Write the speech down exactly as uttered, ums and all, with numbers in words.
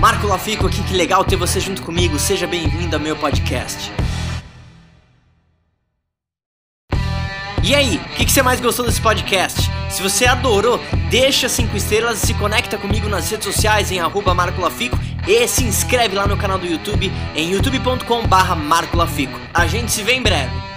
Marco Lafico aqui, que legal ter você junto comigo, seja bem-vindo ao meu podcast. E aí, o que, que você mais gostou desse podcast? Se você adorou, deixa cinco estrelas e se conecta comigo nas redes sociais em arroba Marco Lafico e se inscreve lá no canal do YouTube em youtube ponto com barra Marco Lafico. A gente se vê em breve.